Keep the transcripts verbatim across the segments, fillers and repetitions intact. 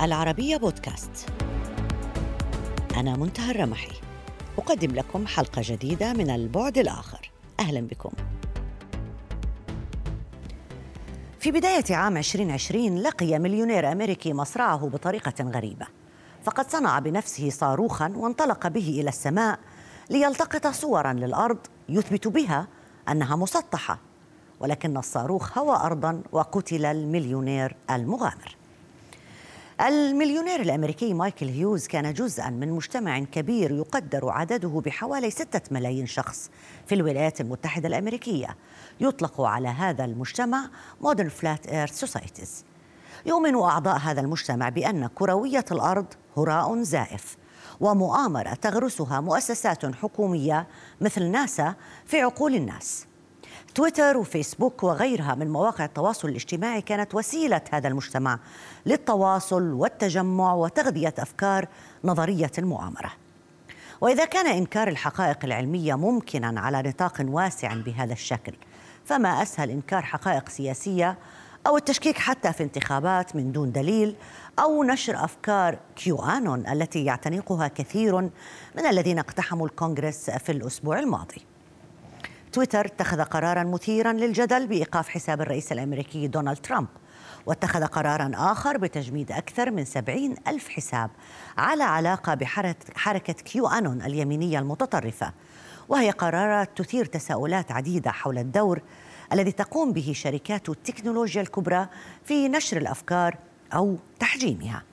العربية بودكاست. أنا منتهى الرمحي، أقدم لكم حلقة جديدة من البعد الآخر. أهلا بكم. في بداية عام عشرين عشرين لقي مليونير أمريكي مصرعه بطريقة غريبة، فقد صنع بنفسه صاروخاً وانطلق به إلى السماء ليلتقط صوراً للأرض يثبت بها أنها مسطحة، ولكن الصاروخ هوى أرضاً وقتل المليونير المغامر. المليونير الأمريكي مايكل هيوز كان جزءاً من مجتمع كبير يقدر عدده بحوالي ستة ملايين شخص في الولايات المتحدة الأمريكية. يطلق على هذا المجتمع Modern Flat Earth Societies. يؤمن أعضاء هذا المجتمع بأن كروية الأرض هراء زائف، ومؤامرة تغرسها مؤسسات حكومية مثل ناسا في عقول الناس. تويتر وفيسبوك وغيرها من مواقع التواصل الاجتماعي كانت وسيلة هذا المجتمع للتواصل والتجمع وتغذية أفكار نظرية المؤامرة. وإذا كان إنكار الحقائق العلمية ممكناً على نطاق واسع بهذا الشكل، فما أسهل إنكار حقائق سياسية أو التشكيك حتى في انتخابات من دون دليل، أو نشر أفكار كيو آنون التي يعتنقها كثير من الذين اقتحموا الكونغرس في الأسبوع الماضي. تويتر اتخذ قراراً مثيراً للجدل بإيقاف حساب الرئيس الأمريكي دونالد ترامب، واتخذ قراراً آخر بتجميد أكثر من سبعين ألف حساب على علاقة بحركة كيو آنون اليمينية المتطرفة، وهي قرارات تثير تساؤلات عديدة حول الدور الذي تقوم به شركات التكنولوجيا الكبرى في نشر الأفكار أو تحجيمها.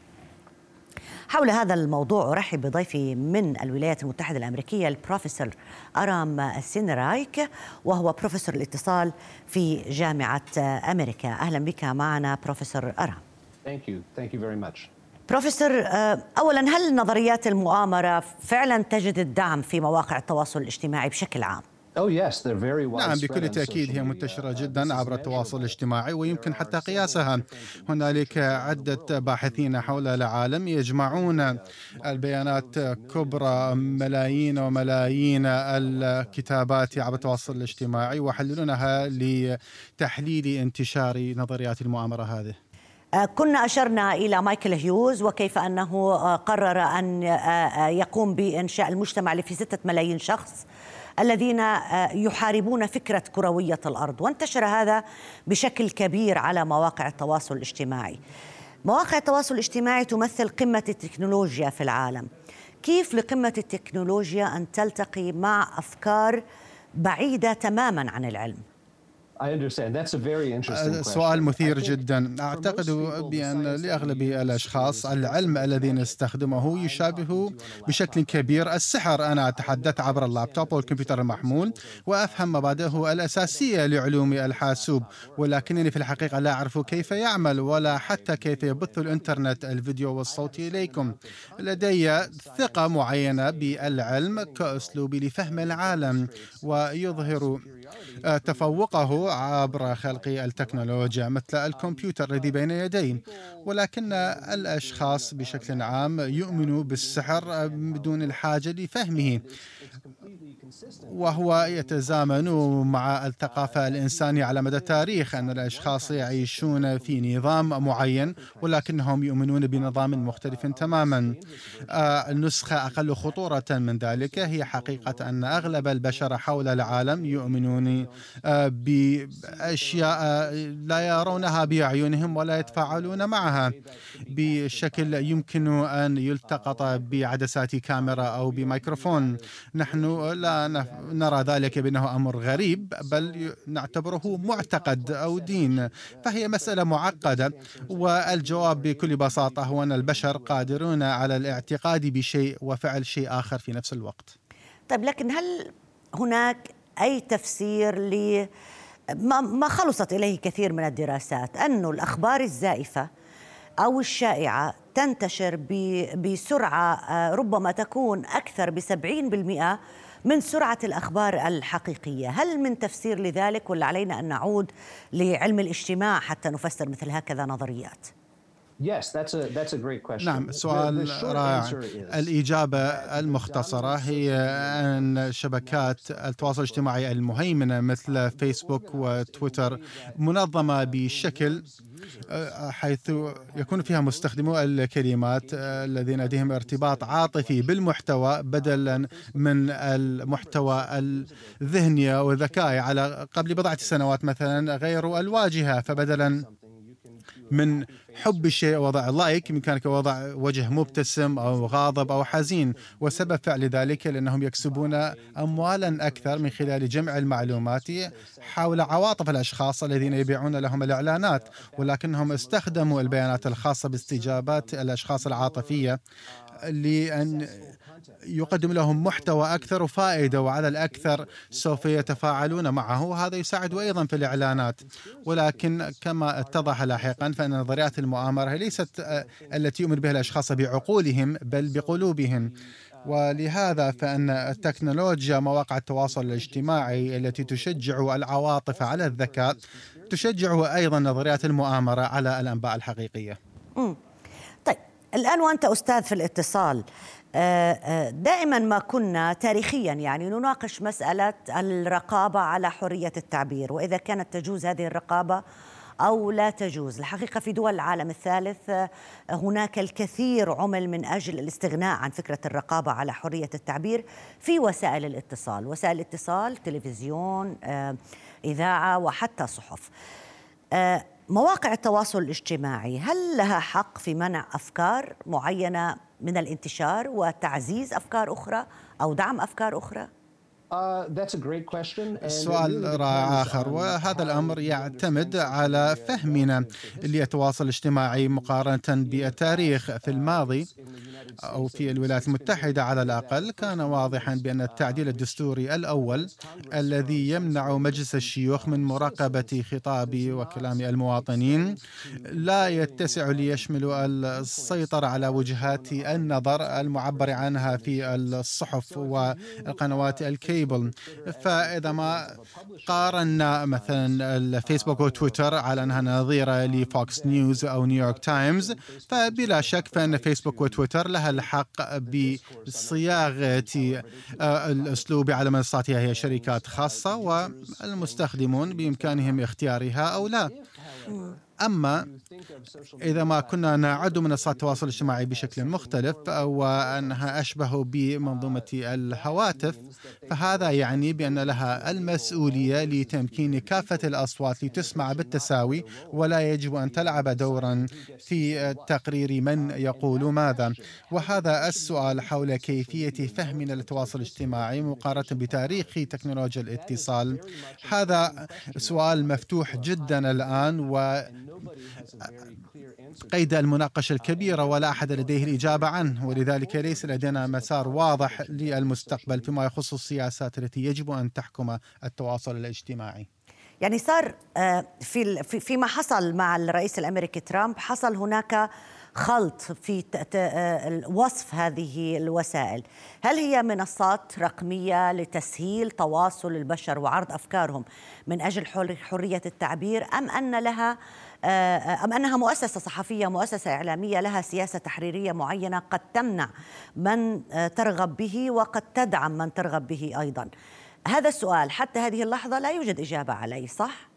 حول هذا الموضوع أرحب بضيفي من الولايات المتحدة الأمريكية البروفيسور أرام سينرايك، وهو بروفيسور الاتصال في جامعة أمريكا. أهلا بك معنا بروفيسور أرام. Thank you. Thank you very much. بروفيسور، أولا، هل نظريات المؤامرة فعلا تجد الدعم في مواقع التواصل الاجتماعي بشكل عام؟ نعم، بكل تأكيد هي منتشرة جدا عبر التواصل الاجتماعي، ويمكن حتى قياسها. هنالك عدة باحثين حول العالم يجمعون البيانات كبرى ملايين وملايين الكتابات عبر التواصل الاجتماعي ويحللونها لتحليل انتشار نظريات المؤامرة هذه. كنا أشرنا إلى مايكل هيوز وكيف أنه قرر أن يقوم بإنشاء المجتمع اللي فيه ستة ملايين شخص الذين يحاربون فكرة كروية الأرض، وانتشر هذا بشكل كبير على مواقع التواصل الاجتماعي. مواقع التواصل الاجتماعي تمثل قمة التكنولوجيا في العالم. كيف لقمة التكنولوجيا أن تلتقي مع أفكار بعيدة تماماً عن العلم؟ سؤال مثير جدا. أعتقد بأن لأغلب الأشخاص العلم الذي نستخدمه يشابه بشكل كبير السحر. أنا أتحدث عبر اللابتوب والكمبيوتر المحمول وأفهم مبادئه الأساسية لعلوم الحاسوب، ولكنني في الحقيقة لا أعرف كيف يعمل ولا حتى كيف يبث الإنترنت الفيديو والصوت إليكم. لدي ثقة معينة بالعلم كأسلوب لفهم العالم، ويظهر تفوقه عبر خلق التكنولوجيا مثل الكمبيوتر الذي بين يدي، ولكن الأشخاص بشكل عام يؤمنوا بالسحر بدون الحاجة لفهمه، وهو يتزامن مع الثقافة الإنسانية على مدى التاريخ، أن الأشخاص يعيشون في نظام معين ولكنهم يؤمنون بنظام مختلف تماما. النسخة أقل خطورة من ذلك هي حقيقة أن أغلب البشر حول العالم يؤمنون بأشياء لا يرونها بأعينهم ولا يتفاعلون معها بشكل يمكن أن يلتقط بعدسات كاميرا أو بميكروفون. نحن لا نرى ذلك بأنه أمر غريب، بل نعتبره معتقد أو دين. فهي مسألة معقدة، والجواب بكل بساطة هو أن البشر قادرون على الاعتقاد بشيء وفعل شيء آخر في نفس الوقت. طيب، لكن هل هناك أي تفسير ل ما خلصت إليه كثير من الدراسات أن الأخبار الزائفة أو الشائعة تنتشر بسرعة ربما تكون أكثر بسبعين بالمئة من سرعة الأخبار الحقيقية؟ هل من تفسير لذلك، ولا علينا أن نعود لعلم الاجتماع حتى نفسر مثل هكذا نظريات؟ نعم، سؤال رائع. الإجابة المختصرة هي أن شبكات التواصل الاجتماعي المهيمنة مثل فيسبوك وتويتر منظمة بشكل حيث يكون فيها مستخدمو الكلمات الذين لديهم ارتباط عاطفي بالمحتوى بدلا من المحتوى الذهني والذكائي. على قبل بضعة سنوات مثلا غيروا الواجهة، فبدلا من حب الشيء وضع لايك بإمكانك وضع وجه مبتسم أو غاضب أو حزين، وسبب فعل ذلك لأنهم يكسبون أموالا أكثر من خلال جمع المعلومات حول عواطف الأشخاص الذين يبيعون لهم الإعلانات، ولكنهم استخدموا البيانات الخاصة باستجابات الأشخاص العاطفية لأن يقدم لهم محتوى أكثر فائدة، وعلى الأكثر سوف يتفاعلون معه، وهذا يساعد أيضا في الإعلانات. ولكن كما اتضح لاحقا فإن نظريات المؤامرة ليست التي يؤمن بها الأشخاص بعقولهم بل بقلوبهم، ولهذا فإن التكنولوجيا مواقع التواصل الاجتماعي التي تشجع العواطف على الذكاء تشجع أيضا نظريات المؤامرة على الأنباء الحقيقية. م. طيب، الآن وأنت أستاذ في الاتصال، دائما ما كنا تاريخيا يعني نناقش مسألة الرقابة على حرية التعبير، وإذا كانت تجوز هذه الرقابة أو لا تجوز. الحقيقة في دول العالم الثالث هناك الكثير عمل من أجل الاستغناء عن فكرة الرقابة على حرية التعبير في وسائل الاتصال، وسائل الاتصال، تلفزيون، إذاعة، وحتى صحف. مواقع التواصل الاجتماعي هل لها حق في منع أفكار معينة من الانتشار وتعزيز أفكار أخرى أو دعم أفكار أخرى؟ السؤال رائع آخر، وهذا الأمر يعتمد على فهمنا للتواصل الاجتماعي مقارنة بالتاريخ. في الماضي أو في الولايات المتحدة على الأقل كان واضحا بأن التعديل الدستوري الأول الذي يمنع مجلس الشيوخ من مراقبة خطاب وكلام المواطنين لا يتسع ليشمل السيطرة على وجهات النظر المعبر عنها في الصحف والقنوات الكيبل. فإذا ما قارنا مثلا الفيسبوك وتويتر على أنها نظيرة لفوكس نيوز أو نيويورك تايمز، فبلا شك فإن فيسبوك وتويتر لها الحق بصياغة الأسلوب على منصاتها، هي شركات خاصة والمستخدمون بإمكانهم اختيارها أو لا. أما إذا ما كنا نعد منصات التواصل الاجتماعي بشكل مختلف وأنها أشبه بمنظومة الهواتف، فهذا يعني بأن لها المسؤولية لتمكين كافة الأصوات لتسمع بالتساوي، ولا يجب أن تلعب دورا في تقرير من يقول ماذا. وهذا السؤال حول كيفية فهمنا للتواصل الاجتماعي مقارنة بتاريخ تكنولوجيا الاتصال، هذا سؤال مفتوح جدا الآن و قيد المناقشة الكبيرة ولا أحد لديه الإجابة عنه، ولذلك ليس لدينا مسار واضح للمستقبل فيما يخص السياسات التي يجب أن تحكم التواصل الاجتماعي. يعني صار في فيما حصل مع الرئيس الأمريكي ترامب حصل هناك خلط في وصف هذه الوسائل. هل هي منصات رقمية لتسهيل تواصل البشر وعرض أفكارهم من أجل حرية التعبير، أم أن لها أم أنها مؤسسة صحفية، مؤسسة إعلامية لها سياسة تحريرية معينة قد تمنع من ترغب به وقد تدعم من ترغب به أيضا؟ هذا السؤال حتى هذه اللحظة لا يوجد إجابة عليه، صح؟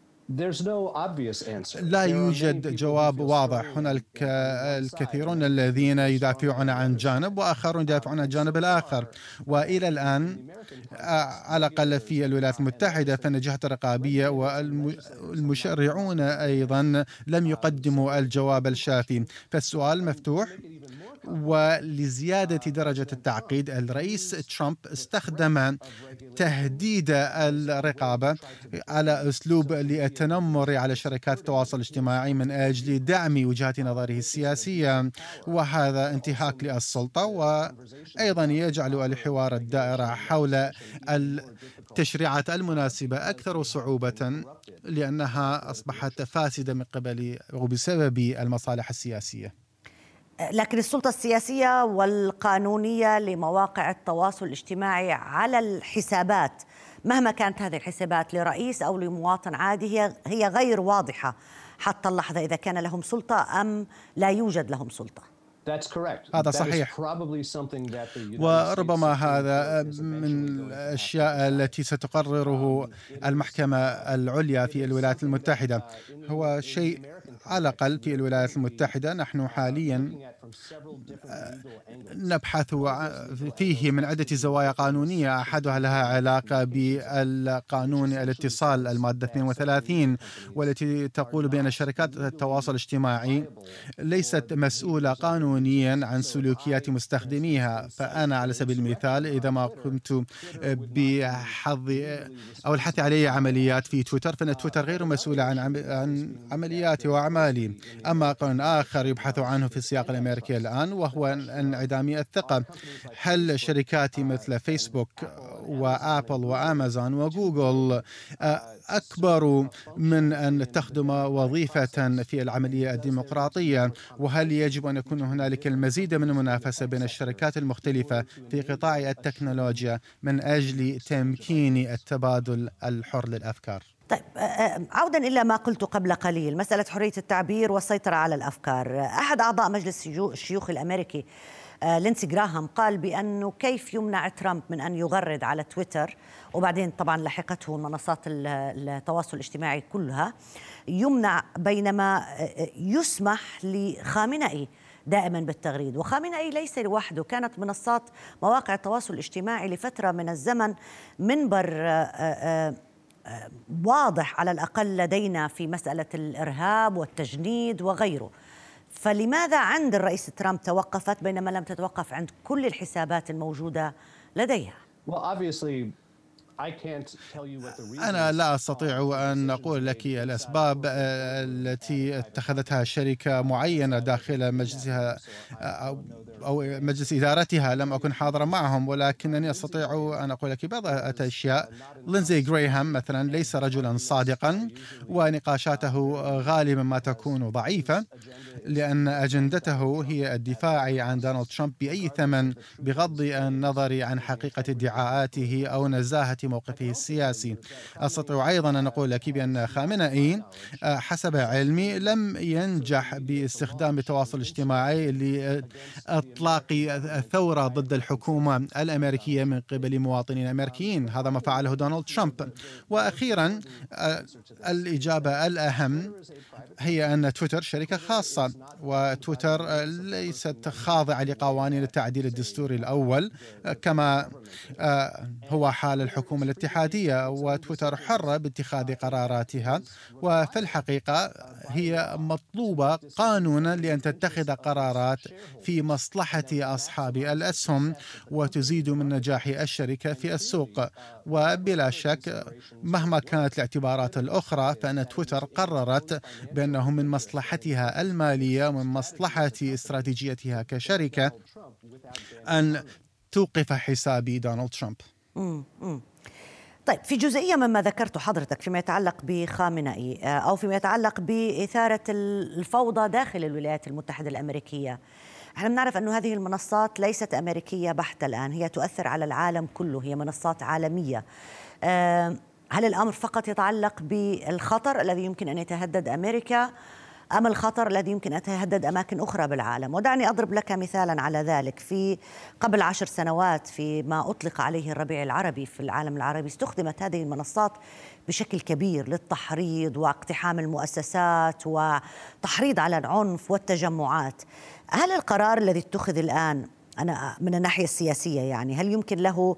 لا يوجد جواب واضح. هناك الكثيرون الذين يدافعون عن جانب وآخرون يدافعون عن الجانب الآخر، وإلى الآن على الأقل في الولايات المتحدة فإن الجهات الرقابية والمشرعون أيضا لم يقدموا الجواب الشافي، فالسؤال مفتوح. ولزيادة درجة التعقيد الرئيس ترامب استخدم تهديد الرقابة على أسلوب للتنمر على شركات التواصل الاجتماعي من أجل دعم وجهات نظره السياسية، وهذا انتهاك للسلطة وأيضا يجعل الحوار الدائرة حول التشريعات المناسبة أكثر صعوبة لأنها أصبحت فاسدة من قبل وبسبب المصالح السياسية. لكن السلطة السياسية والقانونية لمواقع التواصل الاجتماعي على الحسابات مهما كانت هذه الحسابات لرئيس أو لمواطن عادي هي هي غير واضحة حتى اللحظة إذا كان لهم سلطة أم لا يوجد لهم سلطة. هذا صحيح، وربما هذا من الأشياء التي ستقرره المحكمة العليا في الولايات المتحدة. هو شيء على الأقل في الولايات المتحدة نحن حاليا نبحث فيه من عدة زوايا قانونية، أحدها لها علاقة بالقانون الاتصال المادة اثنين وثلاثين، والتي تقول بأن شركات التواصل الاجتماعي ليست مسؤولة قانونيا عن سلوكيات مستخدميها. فأنا على سبيل المثال إذا ما قمت بحظ أو الحث علي عمليات في تويتر، فإن تويتر غير مسؤولة عن عن عملياتي وأعمالي. أما قانون آخر يبحث عنه في السياق الأمريكي الآن وهو انعدام الثقة. هل شركات مثل فيسبوك وآبل وآمازون وجوجل أكبر من أن تخدم وظيفة في العملية الديمقراطية؟ وهل يجب أن يكون هنالك المزيد من المنافسة بين الشركات المختلفة في قطاع التكنولوجيا من أجل تمكين التبادل الحر للأفكار؟ طيب، عودا إلى ما قلت قبل قليل، مسألة حرية التعبير والسيطرة على الأفكار. أحد أعضاء مجلس الشيوخ الأمريكي لينسي جراهام قال بأنه كيف يمنع ترامب من أن يغرد على تويتر، وبعدين طبعا لحقته منصات التواصل الاجتماعي كلها، يمنع بينما يسمح لخامنئي دائما بالتغريد. وخامنئي ليس لوحده، كانت منصات مواقع التواصل الاجتماعي لفترة من الزمن منبر واضح على الأقل لدينا في مسألة الإرهاب والتجنيد وغيره. فلماذا عند الرئيس ترامب توقفت بينما لم تتوقف عند كل الحسابات الموجودة لديها؟ أنا لا أستطيع أن أقول لك الأسباب التي اتخذتها شركة معينة داخل مجلسها أو مجلس إدارتها، لم أكن حاضرا معهم، ولكنني أستطيع أن أقول لك بعض الأشياء. لينزي جراهام مثلا ليس رجلا صادقا، ونقاشاته غالبا ما تكون ضعيفة، لأن أجندته هي الدفاع عن دونالد ترامب بأي ثمن بغض النظر عن حقيقة ادعاءاته أو نزاهة موقفه السياسي. أستطيع أيضا أن أقول لك بأن خامنئي حسب علمي لم ينجح باستخدام التواصل الاجتماعي لإطلاق الثورة ضد الحكومة الأمريكية من قبل مواطنين أمريكيين. هذا ما فعله دونالد ترامب. وأخيرا الإجابة الأهم هي أن تويتر شركة خاصة، وتويتر ليست خاضعة لقوانين التعديل الدستوري الأول كما هو حال الحكومة الاتحادية، وتويتر حرة باتخاذ قراراتها، وفي الحقيقة هي مطلوبة قانونا لأن تتخذ قرارات في مصلحة أصحاب الأسهم وتزيد من نجاح الشركة في السوق. وبلا شك مهما كانت الاعتبارات الأخرى فإن تويتر قررت بأنه من مصلحتها المالية ومن مصلحة استراتيجيتها كشركة أن توقف حساب دونالد ترامب. مم. مم. طيب، في جزئية مما ذكرته حضرتك فيما يتعلق بخامنئي أو فيما يتعلق بإثارة الفوضى داخل الولايات المتحدة الأمريكية، احنا بنعرف أن هذه المنصات ليست أمريكية بحتة الآن، هي تؤثر على العالم كله، هي منصات عالمية. هل الأمر فقط يتعلق بالخطر الذي يمكن أن يتهدد أمريكا أم الخطر الذي يمكن أن يتهدد أماكن أخرى بالعالم؟ ودعني أضرب لك مثالا على ذلك. في قبل عشر سنوات فيما أطلق عليه الربيع العربي في العالم العربي، استخدمت هذه المنصات بشكل كبير للتحريض واقتحام المؤسسات وتحريض على العنف والتجمعات. هل القرار الذي اتخذ الآن، أنا من الناحية السياسية يعني، هل يمكن له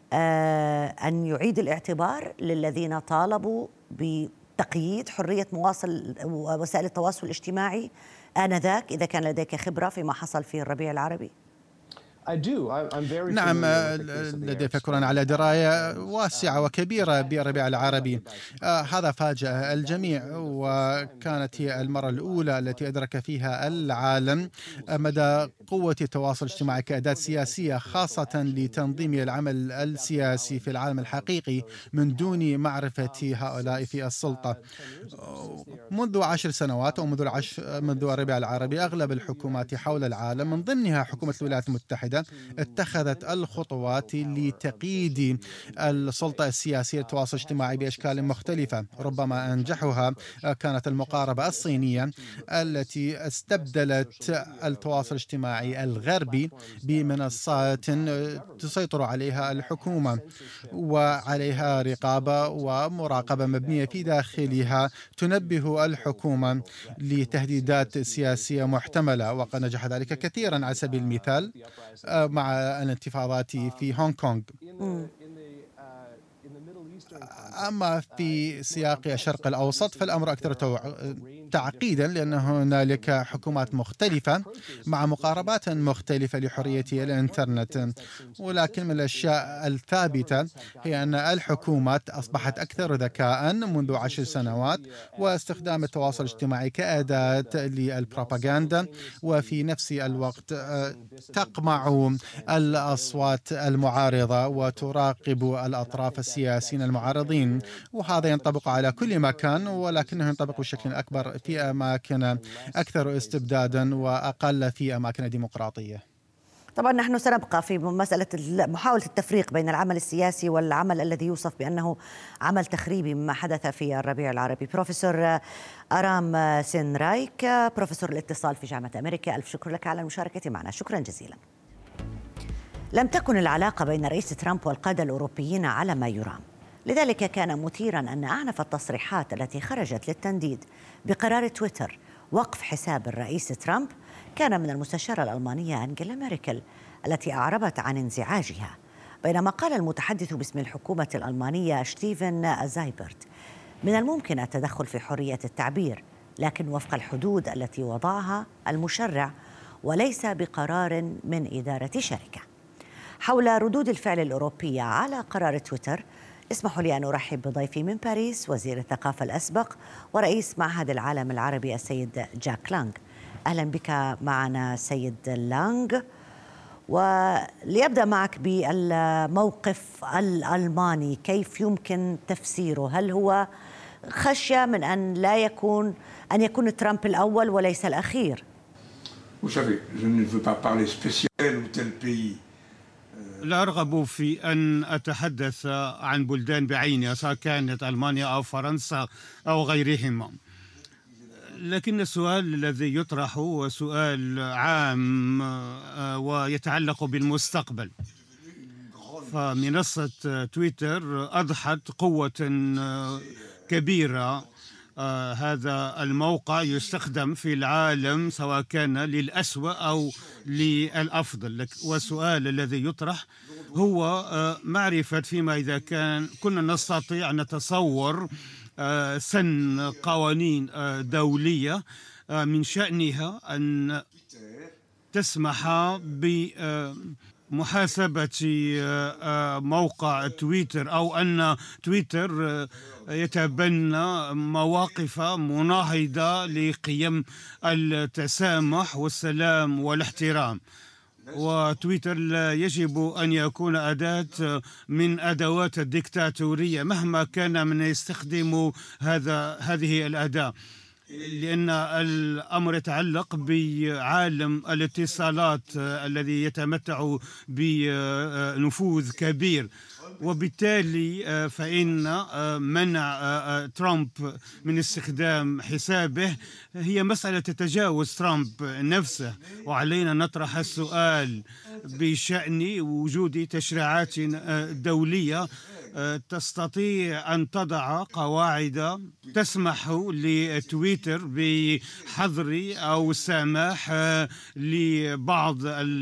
أن يعيد الاعتبار للذين طالبوا بتقييد حرية مواصل وسائل التواصل الاجتماعي آنذاك، إذا كان لديك خبرة فيما حصل في الربيع العربي؟ نعم، لدي فكرة على دراية واسعة وكبيرة بالربيع العربي. آه هذا فاجأ الجميع، وكانت هي المرة الأولى التي أدرك فيها العالم مدى قوة التواصل الاجتماعي كأداة سياسية، خاصة لتنظيم العمل السياسي في العالم الحقيقي من دون معرفة هؤلاء في السلطة. منذ عشر سنوات أو منذ العش... منذ الربيع العربي أغلب الحكومات حول العالم من ضمنها حكومة الولايات المتحدة المتحدة اتخذت الخطوات لتقييد السلطة السياسية للتواصل الاجتماعي بأشكال مختلفة. ربما أنجحها كانت المقاربة الصينية التي استبدلت التواصل الاجتماعي الغربي بمنصات تسيطر عليها الحكومة وعليها رقابة ومراقبة مبنية في داخلها تنبه الحكومة لتهديدات سياسية محتملة، وقد نجح ذلك كثيرا على سبيل المثال مع الانتفاضات في هونغ كونغ. أما في سياق الشرق الأوسط فالأمر أكثر تعقيدا، لأن هنالك حكومات مختلفة مع مقاربات مختلفة لحرية الإنترنت، ولكن من الأشياء الثابتة هي أن الحكومات أصبحت أكثر ذكاء منذ عشر سنوات واستخدام التواصل الاجتماعي كأداة للبروباغندا، وفي نفس الوقت تقمع الأصوات المعارضة وتراقب الأطراف السياسيين المعارضين، وهذا ينطبق على كل مكان، ولكنه ينطبق بشكل أكبر في أماكن أكثر استبدادا وأقل في أماكن ديمقراطية. طبعا نحن سنبقى في مسألة محاولة التفريق بين العمل السياسي والعمل الذي يوصف بأنه عمل تخريبي مما حدث في الربيع العربي. بروفيسور آرام سينرايك، بروفيسور الاتصال في جامعة أمريكا، ألف شكر لك على المشاركة معنا. شكرا جزيلا. لم تكن العلاقة بين رئيس ترامب والقادة الأوروبيين على ما يرام، لذلك كان مثيرا أن أعنف التصريحات التي خرجت للتنديد بقرار تويتر وقف حساب الرئيس ترامب كان من المستشارة الألمانية أنجيلا ميركل التي أعربت عن انزعاجها، بينما قال المتحدث باسم الحكومة الألمانية ستيفن زايبرت: من الممكن التدخل في حرية التعبير، لكن وفق الحدود التي وضعها المشرع وليس بقرار من إدارة شركة. حول ردود الفعل الأوروبية على قرار تويتر، اسمحوا لي أن أرحب بضيفي من باريس وزير الثقافة الأسبق ورئيس معهد العالم العربي السيد جاك لانغ. أهلا بك معنا سيد لانغ. وليبدأ معك بالموقف الألماني، كيف يمكن تفسيره؟ هل هو خشية من أن لا يكون أن يكون ترامب الأول وليس الأخير؟ لا أرغب في أن أتحدث عن بلدان بعينها، سواء كانت ألمانيا أو فرنسا أو غيرهما، لكن السؤال الذي يطرح هو سؤال عام ويتعلق بالمستقبل. فمنصة تويتر أضحت قوة كبيرة. آه هذا الموقع يستخدم في العالم سواء كان للأسوأ أو للأفضل، والسؤال الذي يطرح هو آه معرفة فيما إذا كان كنا نستطيع أن نتصور آه سن قوانين آه دولية آه من شأنها أن تسمح ب آه محاسبة موقع تويتر، أو أن تويتر يتبنى مواقف مناهضة لقيم التسامح والسلام والاحترام. وتويتر لا يجب أن يكون أداة من أدوات الديكتاتورية مهما كان من يستخدم هذا هذه الأداة، لأن الأمر يتعلق بعالم الاتصالات الذي يتمتع بنفوذ كبير، وبالتالي فإن منع ترامب من استخدام حسابه هي مسألة تتجاوز ترامب نفسه. وعلينا نطرح السؤال بشأن وجود تشريعات دولية تستطيع أن تضع قواعد تسمح لتويتر بحظر أو السماح لبعض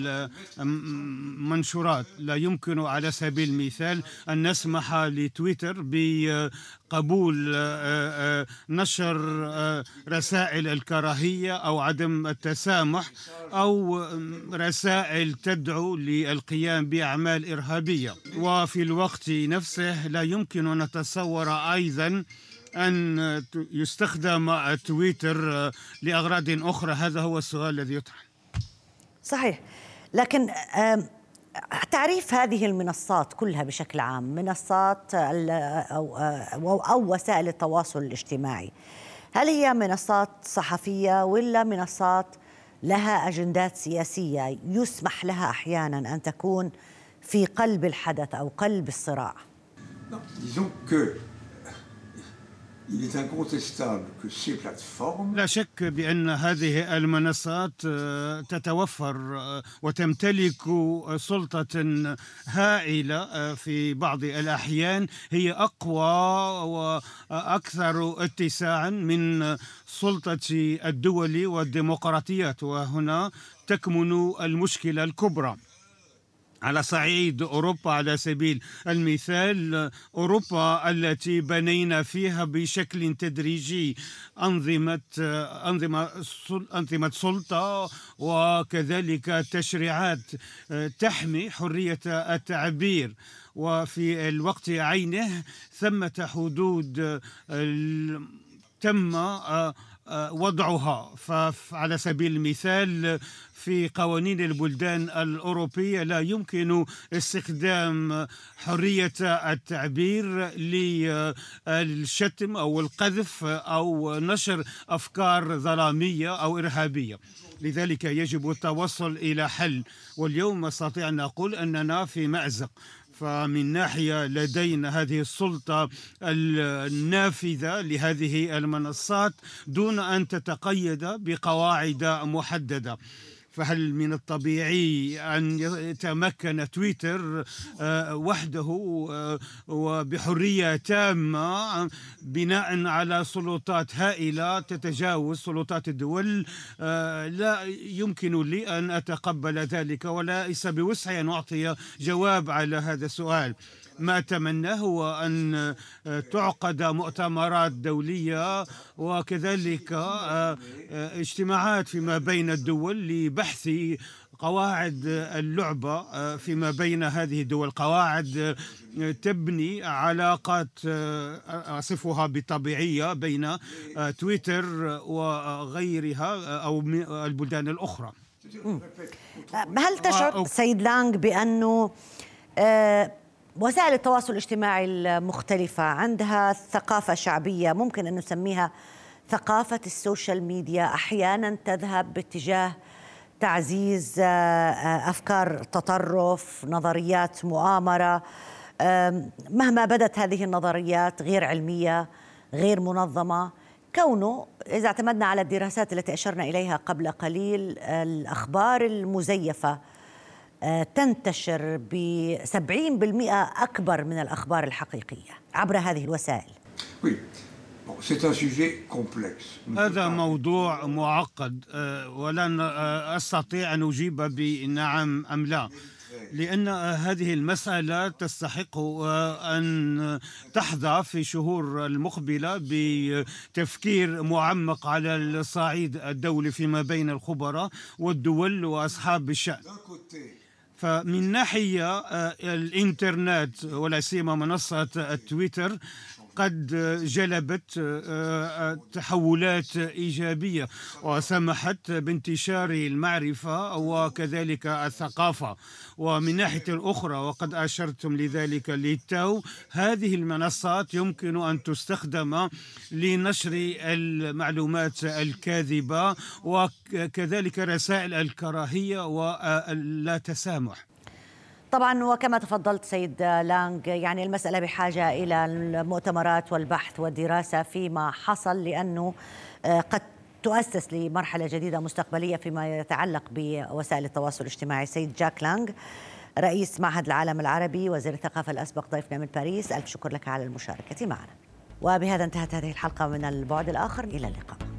المنشورات. لا يمكن على سبيل المثال أن نسمح لتويتر بقبول نشر رسائل الكراهية أو عدم التسامح أو رسائل تدعو للقيام بأعمال إرهابية. وفي الوقت نفسه لا يمكن أن نتصور أيضا أن يستخدم تويتر لأغراض أخرى. هذا هو السؤال الذي يطرح. صحيح، لكن تعريف هذه المنصات كلها بشكل عام، منصات أو, أو وسائل التواصل الاجتماعي، هل هي منصات صحفية ولا منصات لها أجندات سياسية يسمح لها أحيانا أن تكون في قلب الحدث أو قلب الصراع؟ لا شك بأن هذه المنصات تتوفر وتمتلك سلطة هائلة في بعض الأحيان، هي أقوى وأكثر اتساعا من سلطة الدول والديمقراطيات، وهنا تكمن المشكلة الكبرى. على صعيد أوروبا على سبيل المثال، أوروبا التي بنينا فيها بشكل تدريجي أنظمة أنظمة أنظمة سلطة وكذلك تشريعات تحمي حرية التعبير، وفي الوقت عينه ثمة حدود تم وضعها. فعلى سبيل المثال في قوانين البلدان الأوروبية لا يمكن استخدام حرية التعبير للشتم أو القذف أو نشر أفكار ظلامية أو إرهابية. لذلك يجب التوصل إلى حل، واليوم نستطيع أن نقول أننا في مأزق. فمن ناحية لدينا هذه السلطة النافذة لهذه المنصات دون أن تتقيد بقواعد محددة. فهل من الطبيعي أن يتمكن تويتر وحده وبحرية تامة بناء على سلطات هائلة تتجاوز سلطات الدول؟ لا يمكن لي أن أتقبل ذلك، وليس بوسعي أن أعطي جواب على هذا السؤال. ما أتمناه هو أن تعقد مؤتمرات دولية وكذلك اجتماعات فيما بين الدول لبحث قواعد اللعبة فيما بين هذه الدول، قواعد تبني علاقات أصفها بطبيعية بين تويتر وغيرها أو البلدان الأخرى. هل تشعر سيد لانغ بأنه وسائل التواصل الاجتماعي المختلفة عندها ثقافة شعبية ممكن أن نسميها ثقافة السوشيال ميديا أحيانا تذهب باتجاه تعزيز أفكار تطرف، نظريات مؤامرة، مهما بدت هذه النظريات غير علمية غير منظمة، كونه إذا اعتمدنا على الدراسات التي أشرنا إليها قبل قليل الأخبار المزيفة تنتشر بسبعين بالمئة أكبر من الأخبار الحقيقية عبر هذه الوسائل. هذا موضوع معقد ولن أستطيع أن أجيب بنعم أم لا، لأن هذه المسألة تستحق أن تحظى في شهور المقبلة بتفكير معمق على الصعيد الدولي فيما بين الخبراء والدول وأصحاب الشأن. فمن ناحية الإنترنت ولا سيما منصة التويتر قد جلبت تحولات إيجابية وسمحت بانتشار المعرفة وكذلك الثقافة. ومن ناحية أخرى وقد أشرتم لذلك للتو، هذه المنصات يمكن أن تستخدم لنشر المعلومات الكاذبة وكذلك رسائل الكراهية واللا تسامح. طبعا وكما تفضلت سيد لانغ، يعني المسألة بحاجة إلى المؤتمرات والبحث والدراسة فيما حصل، لأنه قد تؤسس لمرحلة جديدة مستقبلية فيما يتعلق بوسائل التواصل الاجتماعي. سيد جاك لانغ رئيس معهد العالم العربي وزير الثقافة الأسبق ضيفنا من باريس، ألف شكر لك على المشاركة معنا. وبهذا انتهت هذه الحلقة من البعد الآخر، إلى اللقاء.